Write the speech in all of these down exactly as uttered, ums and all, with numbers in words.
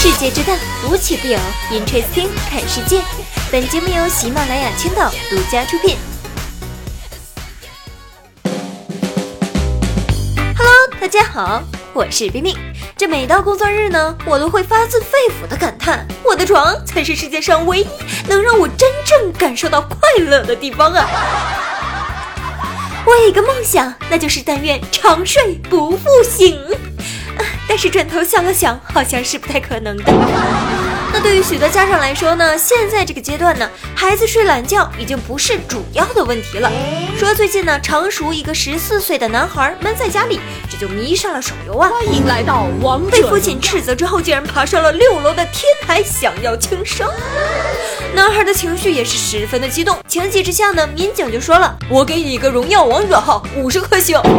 世界之大，无奇不有。Interesting 看世界。本节目由喜马拉雅青岛独家出品。Hello， 大家好，我是冰冰。这每到工作日呢，我都会发自肺腑的感叹，我的床才是世界上唯一能让我真正感受到快乐的地方啊！我有一个梦想，那就是但愿长睡不复醒。但是转头想了想，好像是不太可能的。那对于许多家长来说呢，现在这个阶段呢，孩子睡懒觉已经不是主要的问题了。说最近呢，常熟一个十四岁的男孩闷在家里，这就迷上了手游啊。 欢迎来到王者， 被父亲斥责之后，竟然爬上了六楼的天台，想要轻生。男孩的情绪也是十分的激动，情急之下呢，民警就说了：“我给你一个荣耀王者号，五十颗星。”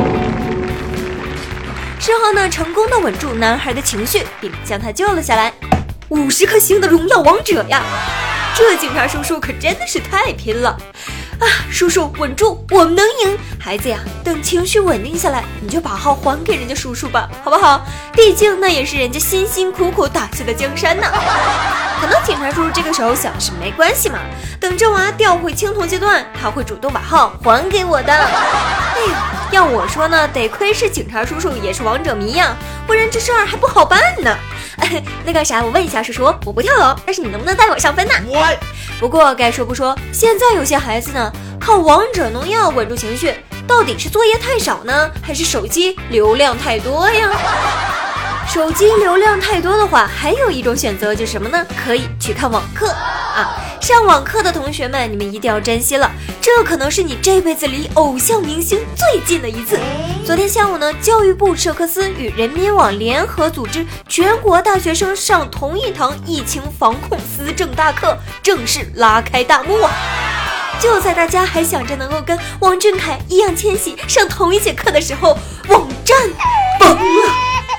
事后呢，成功的稳住男孩的情绪，并将他救了下来。五十颗星的荣耀王者呀，这警察叔叔可真的是太拼了啊！叔叔稳住，我们能赢！孩子呀，等情绪稳定下来，你就把号还给人家叔叔吧，好不好？毕竟那也是人家辛辛苦苦打下的江山呢。可能警察叔叔这个时候想的是没关系嘛，等这娃调回青铜阶段，他会主动把号还给我的。哎呀，要我说呢，得亏是警察叔叔也是王者迷呀，不然这事儿还不好办呢。哎，那个啥，我问一下叔叔，我不跳楼，但是你能不能带我上分呢？不过该说不说，现在有些孩子呢，靠王者农药稳住情绪，到底是作业太少呢，还是手机流量太多呀？手机流量太多的话，还有一种选择就是什么呢？可以去看网课啊！上网课的同学们，你们一定要珍惜了，这可能是你这辈子离偶像明星最近的一次。昨天下午呢，教育部社科司与人民网联合组织全国大学生上同一堂疫情防控思政大课，正式拉开大幕啊！就在大家还想着能够跟王俊凯、易烊千玺上同一节课的时候，网站崩了。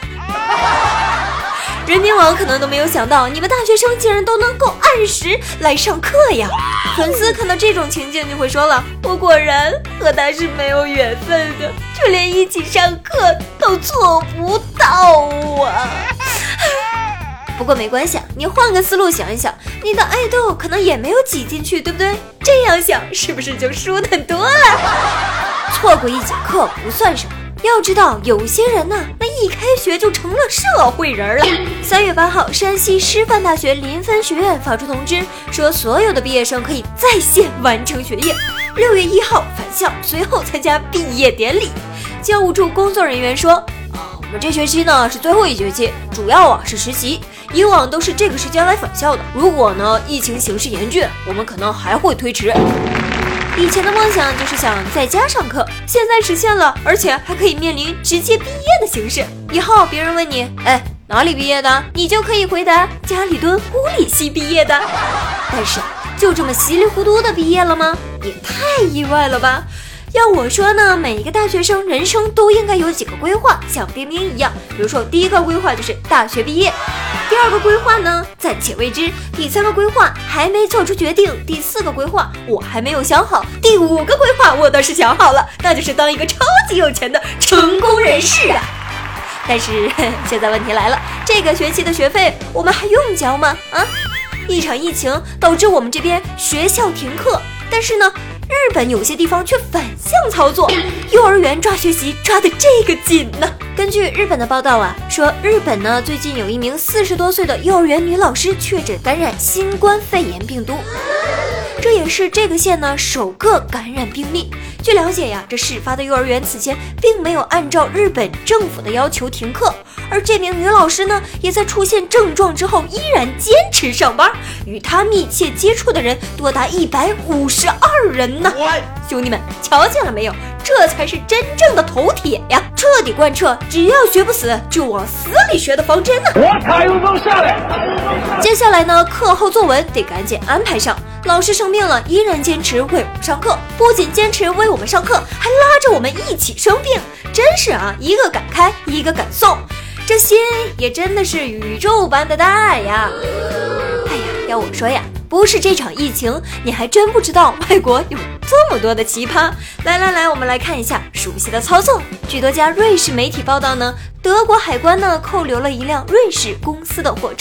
人民网可能都没有想到，你们大学生竟然都能够按时来上课呀！粉丝看到这种情景就会说了，我果然和他是没有缘分的，就连一起上课都做不到啊！不过没关系啊，你换个思路想一想，你的爱豆可能也没有挤进去，对不对？这样想是不是就舒坦多了？错过一节课不算什么，要知道有些人呢、啊，那一开学就成了社会人了。三月八号，山西师范大学临汾学院发出通知，说所有的毕业生可以在线完成学业。六月一号返校，随后参加毕业典礼。教务处工作人员说，啊，我们这学期呢是最后一学期，主要啊是实习，以往都是这个时间来返校的。如果呢疫情形势严峻，我们可能还会推迟。以前的梦想就是想在家上课，现在实现了，而且还可以面临直接毕业的形式。以后别人问你，哎，哪里毕业的，你就可以回答家里蹲物理系毕业的。但是就这么稀里糊涂的毕业了吗？也太意外了吧！要我说呢，每一个大学生人生都应该有几个规划，像冰冰一样。比如说，第一个规划就是大学毕业，第二个规划呢暂且未知，第三个规划还没做出决定，第四个规划我还没有想好，第五个规划我倒是想好了，那就是当一个超级有钱的成功人士啊！但是现在问题来了，这个学期的学费我们还用交吗？啊，一场疫情导致我们这边学校停课，但是呢日本有些地方却反向操作，幼儿园抓学习抓得这个紧呢。根据日本的报道啊，说日本呢最近有一名四十多岁的幼儿园女老师确诊感染新冠肺炎病毒，这也是这个县呢首个感染病例。据了解呀，这事发的幼儿园此前并没有按照日本政府的要求停课，而这名女老师呢也在出现症状之后依然坚持上班，与她密切接触的人多达一百五十二人呢。兄弟们，瞧见了没有？这才是真正的头铁呀！彻底贯彻只要学不死就往死里学的方针呢。我卡又能下来。接下来呢，课后作文得赶紧安排上。老师生病了，依然坚持为我们上课，不仅坚持为我们上课，还拉着我们一起生病，真是啊，一个敢开，一个敢送，这心也真的是宇宙般的大呀！哎呀，要我说呀，不是这场疫情，你还真不知道外国有这么多的奇葩。来来来，我们来看一下熟悉的操纵。据多家瑞士媒体报道呢，德国海关呢扣留了一辆瑞士公司的货车。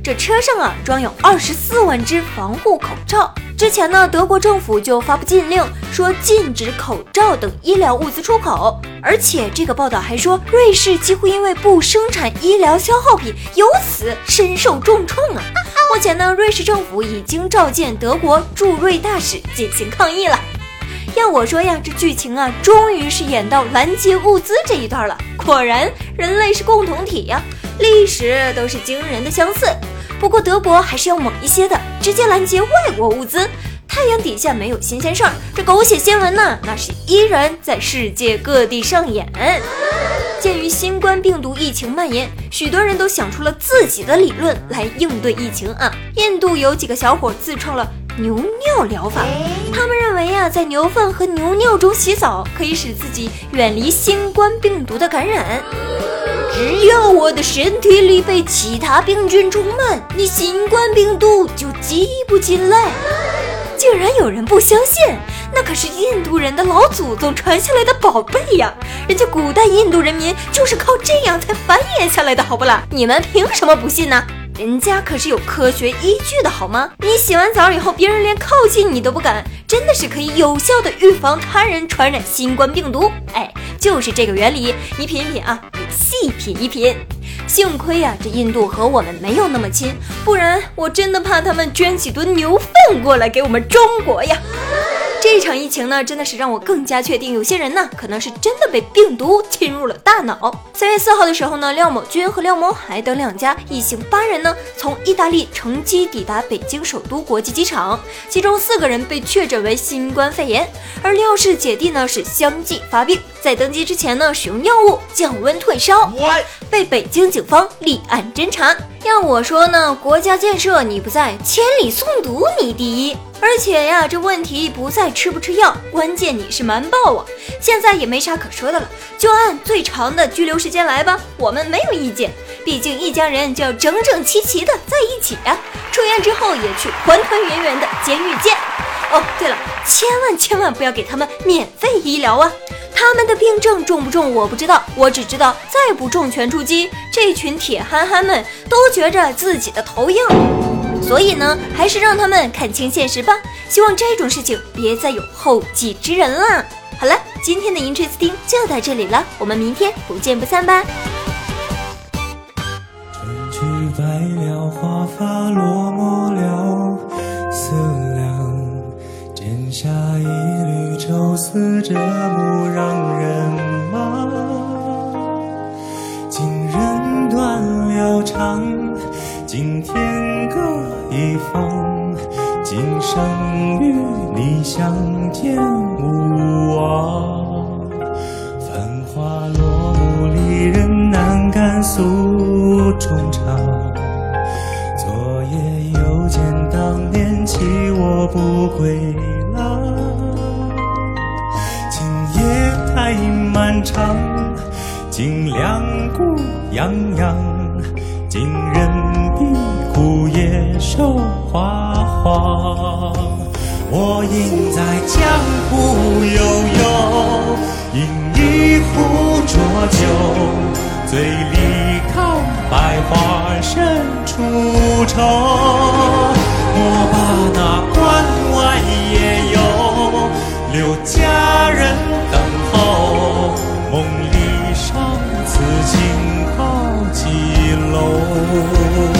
这车上啊装有二十四万只防护口罩。之前呢，德国政府就发布禁令，说禁止口罩等医疗物资出口。而且这个报道还说，瑞士几乎因为不生产医疗消耗品，由此深受重创啊。目前呢，瑞士政府已经召见德国驻瑞大使进行抗议了。要我说呀，这剧情啊，终于是演到拦截物资这一段了。果然，人类是共同体呀，历史都是惊人的相似。不过德国还是要猛一些的，直接拦截外国物资。太阳底下没有新鲜事儿，这狗血新闻呢，那是依然在世界各地上演。鉴于新冠病毒疫情蔓延，许多人都想出了自己的理论来应对疫情啊。印度有几个小伙自创了牛尿疗法，他们认为啊，在牛粪和牛尿中洗澡可以使自己远离新冠病毒的感染。只要我的身体里被其他病菌充满，你新冠病毒就挤不进来。竟然有人不相信，那可是印度人的老祖宗传下来的宝贝呀！人家古代印度人民就是靠这样才繁衍下来的，好不啦？你们凭什么不信呢？人家可是有科学依据的好吗？你洗完澡以后，别人连靠近你都不敢，真的是可以有效的预防他人传染新冠病毒。哎，就是这个原理，你品一品啊，你细品一品。幸亏呀、啊，这印度和我们没有那么亲，不然我真的怕他们捐几吨牛粪过来给我们中国呀。这场疫情呢，真的是让我更加确定，有些人呢，可能是真的被病毒侵入了大脑。三月四号的时候呢，廖某军和廖某海等两家一行八人呢，从意大利乘机抵达北京首都国际机场，其中四个人被确诊为新冠肺炎，而廖氏姐弟呢是相继发病，在登机之前呢，使用药物降温退烧，被北京警方立案侦查。要我说呢，国家建设你不在，千里送毒你第一。而且呀，这问题不在吃不吃药，关键你是瞒报啊！现在也没啥可说的了，就按最长的拘留时间来吧，我们没有意见。毕竟一家人就要整整齐齐的在一起啊！出院之后也去团团圆圆的监狱见。哦，对了，千万千万不要给他们免费医疗啊！他们的病症重不重我不知道，我只知道再不重拳出击，这群铁憨憨们都觉着自己的头硬。所以呢，还是让他们看清现实吧。希望这种事情别再有后继之人了。好了，今天的 Interesting 就到这里了，我们明天不见不散吧。 春去白了，花发落寞了，思量剪下一缕愁丝，这幕让人忙。今人断了肠，今天各一方，今生与你相见无望。繁华落幕，离人难敢诉衷肠。昨夜又见当年弃我不归郎，今夜太漫长，今两孤洋洋，今人比枯叶瘦花黄。我应在江湖悠悠，饮一壶浊酒，醉里看百花深处愁。莫把那关外野游，留佳人等候。梦里上此情好几楼。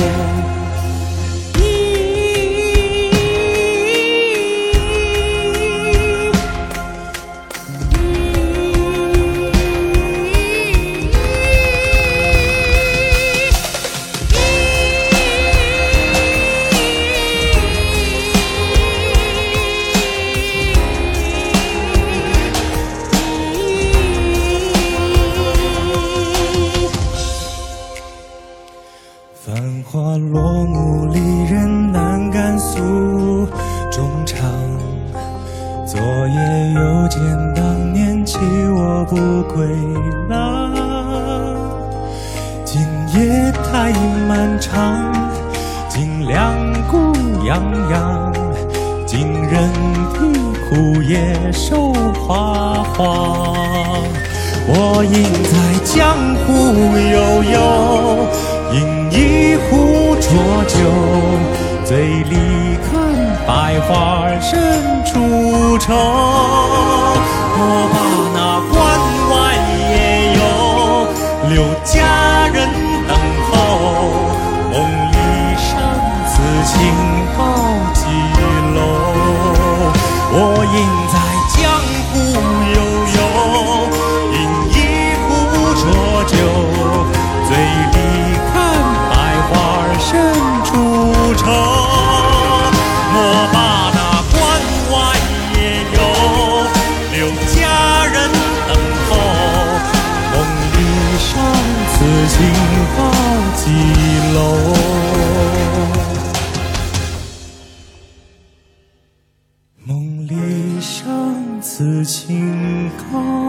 繁华落幕，离人难敢诉衷肠。昨夜又见当年弃我不归郎，今夜太漫长，今两孤洋洋，今人比枯叶瘦花黄。我应在江湖悠悠，饮一壶浊酒，醉里看百花深处愁。我把那关外也有，留佳人等候。梦里上此情高几楼？我应在江湖悠悠，饮一壶浊酒，醉里看百花深处愁。我把那关外也有，留佳人等候。梦里上此情高几楼？梦里上此情高